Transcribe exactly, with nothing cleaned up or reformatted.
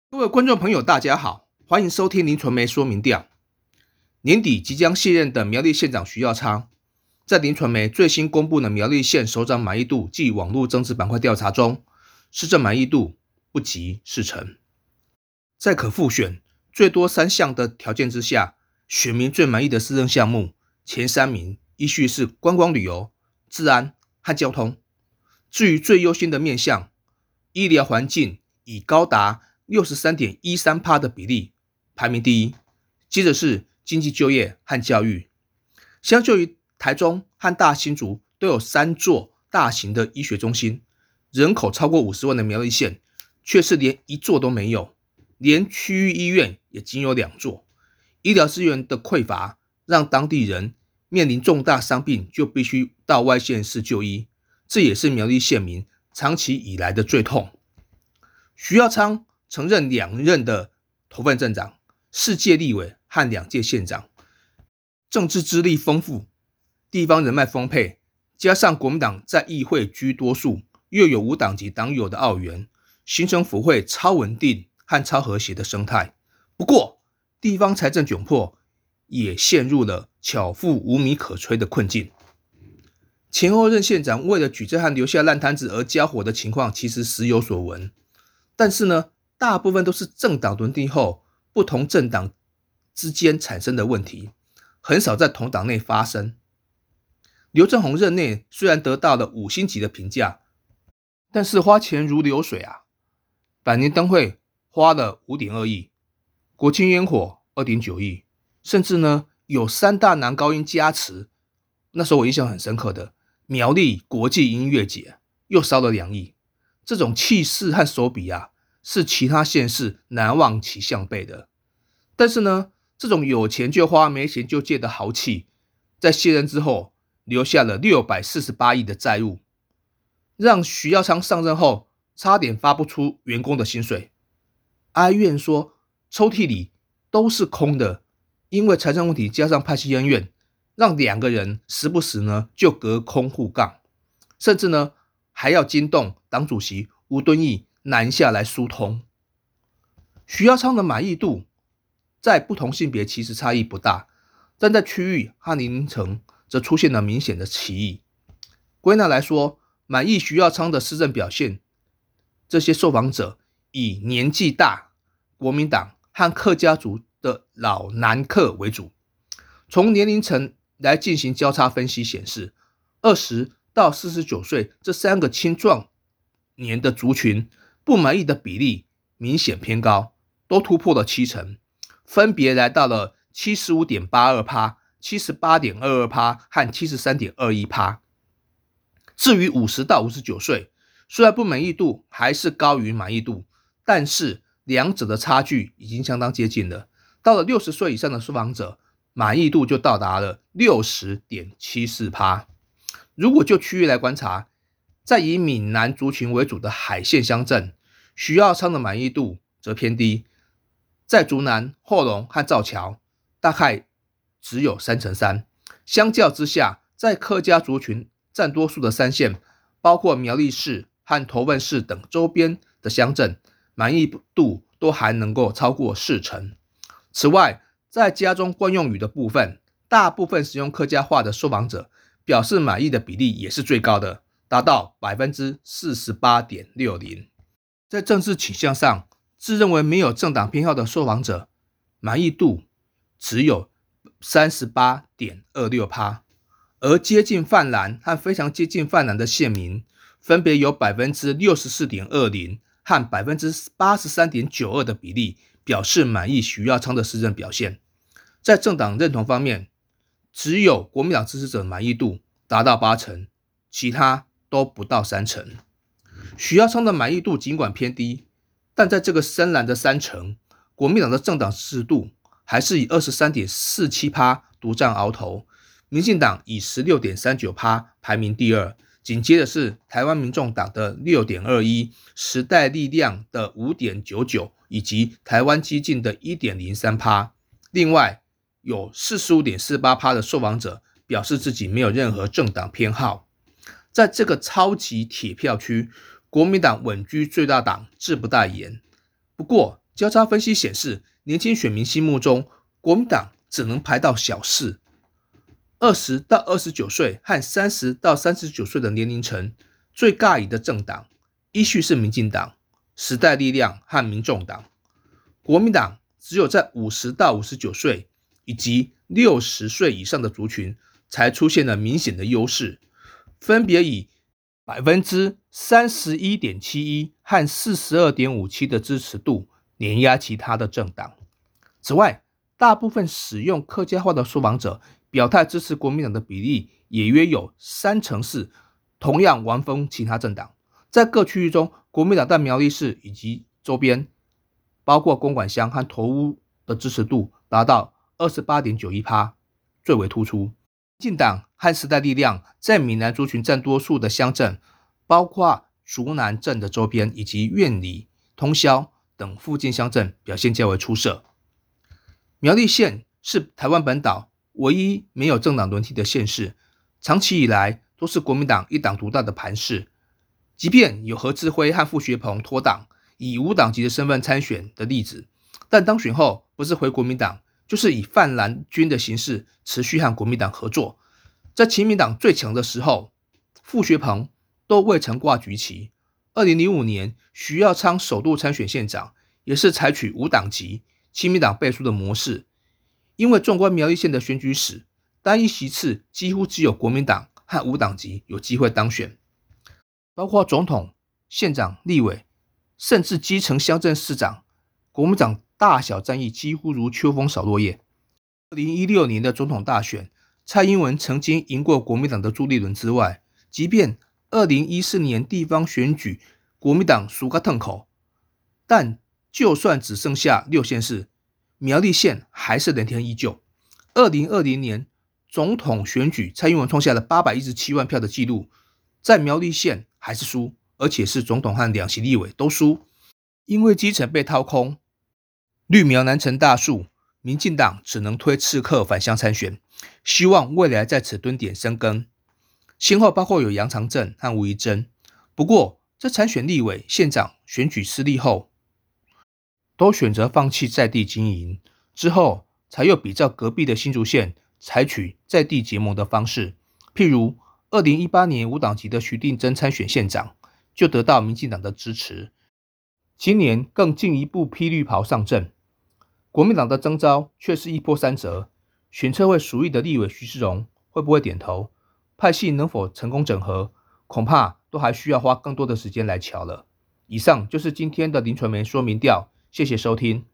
各位观众朋友，大家好，欢迎收听林传媒说明调。年底即将卸任的苗栗县长徐耀昌，在林传媒最新公布的苗栗县首长满意度暨网络政治板块调查中，市政满意度不及四成。在可复选最多三项的条件之下，选民最满意的市政项目前三名依序是观光旅游、治安和交通。至于最优先的面向，医疗环境以高达 百分之六十三点一三 的比例排名第一，接着是经济就业和教育。相较于台中和大新竹都有三座大型的医学中心，人口超过五十万的苗栗县却是连一座都没有，连区域医院也仅有两座。医疗资源的匮乏让当地人面临重大伤病就必须到外县市就医，这也是苗栗县民长期以来的最痛。徐耀昌曾任两任的头份镇长、世界立委和两届县长，政治资历丰富，地方人脉丰沛，加上国民党在议会居多数，又有无党籍党友的澳元，形成府会超稳定和超和谐的生态。不过，地方财政窘迫，也陷入了巧妇无米可炊的困境。前后任县长为了举证和留下烂摊子而交火的情况，其实时有所闻。但是呢，大部分都是政党轮替后不同政党之间产生的问题，很少在同党内发生。刘正鸿任内虽然得到了五星级的评价，但是花钱如流水啊！百年灯会花了 五点二亿，国庆烟火 二点九亿，甚至呢有三大男高音加持，那时候我印象很深刻的苗栗国际音乐节又烧了两亿。这种气势和手笔啊，是其他县市难望其项背的。但是呢，这种有钱就花没钱就借的豪气，在卸任之后留下了六百四十八亿的债务，让徐耀昌上任后差点发不出员工的薪水，哀怨说抽屉里都是空的，因为财政问题加上派系恩怨，让两个人时不时呢就隔空互杠，甚至呢还要惊动党主席吴敦义南下来疏通。徐耀昌的满意度在不同性别其实差异不大，但在区域和年龄层则出现了明显的歧义。归纳来说，满意徐耀昌的施政表现，这些受访者以年纪大、国民党和客家族的老南客为主。从年龄层来进行交叉分析显示，二十到四十九岁这三个青壮年的族群不满意的比例明显偏高，都突破了七成，分别来到了 百分之七十五点八二、百分之七十八点二二 和 百分之七十三点二一。 至于五十到五十九岁，虽然不满意度还是高于满意度，但是两者的差距已经相当接近了。到了六十岁以上的受访者，满意度就到达了 百分之六十点七四。如果就区域来观察，在以闽南族群为主的海线乡镇，徐耀昌的满意度则偏低，在竹南、后龙和造桥大概只有三成三。相较之下，在客家族群占多数的三县，包括苗栗市和头份市等周边的乡镇，满意度都还能够超过四成。此外，在家中惯用语的部分，大部分使用客家话的受访者表示满意的比例也是最高的，达到 百分之四十八点六零。 在政治倾向上，自认为没有政党偏好的受访者满意度只有 三十八点二六， 而接近泛蓝和非常接近泛蓝的县民分别有 百分之六十四点二零 和 百分之八十三点九二 的比例表示满意徐耀昌的施政表现。在政党认同方面，只有国民党支持者满意度达到八成，其他都不到三成。徐耀昌的满意度尽管偏低，但在这个深蓝的三成，国民党的政党支持度还是以 二十三点四七 独占鳌头，民进党以 十六点三九 排名第二，紧接着是台湾民众党的 六点二一， 时代力量的 五点九九， 以及台湾基进的 一点零三。 另外有 四十五点四八 的受访者表示自己没有任何政党偏好。在这个超级铁票区，国民党稳居最大党，志不待言。不过交叉分析显示，年轻选民心目中，国民党只能排到小四。二十到二十九岁和三十到三十九岁的年龄层，最尬意的政党依序是民进党、时代力量和民众党。国民党只有在五十到五十九岁以及六十岁以上的族群才出现了明显的优势，分别以 百分之三十一点七一 和 四十二点五七 的支持度碾压其他的政党。此外，大部分使用客家话的受访者表态支持国民党的比例也约有三成四，同样完封其他政党。在各区域中，国民党在苗栗市以及周边，包括公馆乡和头屋的支持度达到 二十八点九一%，最为突出。民进党和时代力量在闽南族群占多数的乡镇，包括竹南镇的周边以及苑里、通霄等附近乡镇表现较为出色。苗栗县是台湾本岛唯一没有政党轮替的县市，长期以来都是国民党一党独大的盘势。即便有何志辉和傅学鹏脱党，以无党籍的身份参选的例子，但当选后不是回国民党，就是以泛蓝军的形式持续和国民党合作。在亲民党最强的时候，傅学鹏都未曾挂举旗。二零零五年，徐耀昌首度参选县长，也是采取无党籍、亲民党背书的模式。因为纵观苗栗县的选举史，单一席次几乎只有国民党和无党籍有机会当选，包括总统、县长、立委，甚至基层乡镇市长，国民党大小战役几乎如秋风扫落叶。二零一六年的总统大选，蔡英文曾经赢过国民党的朱立伦之外，即便二零一四年地方选举国民党输个腾口，但就算只剩下六县市，苗栗县还是人天依旧。二零二零年总统选举，蔡英文创下了八百一十七万票的纪录，在苗栗县还是输，而且是总统和两席立委都输。因为基层被掏空，绿苗难成大树，民进党只能推刺客返乡参选，希望未来在此蹲点生根。先后包括有杨长正和吴怡珍。不过在参选立委、县长选举失利后，都选择放弃在地经营，之后才又比照隔壁的新竹县采取在地结盟的方式。譬如二零一八年无党籍的徐定珍参选县长，就得到民进党的支持。今年更进一步披绿袍上阵，国民党的征召却是一波三折。选策会属意的立委徐世荣会不会点头？派系能否成功整合？恐怕都还需要花更多的时间来瞧了。以上就是今天的林传媒说明调，谢谢收听。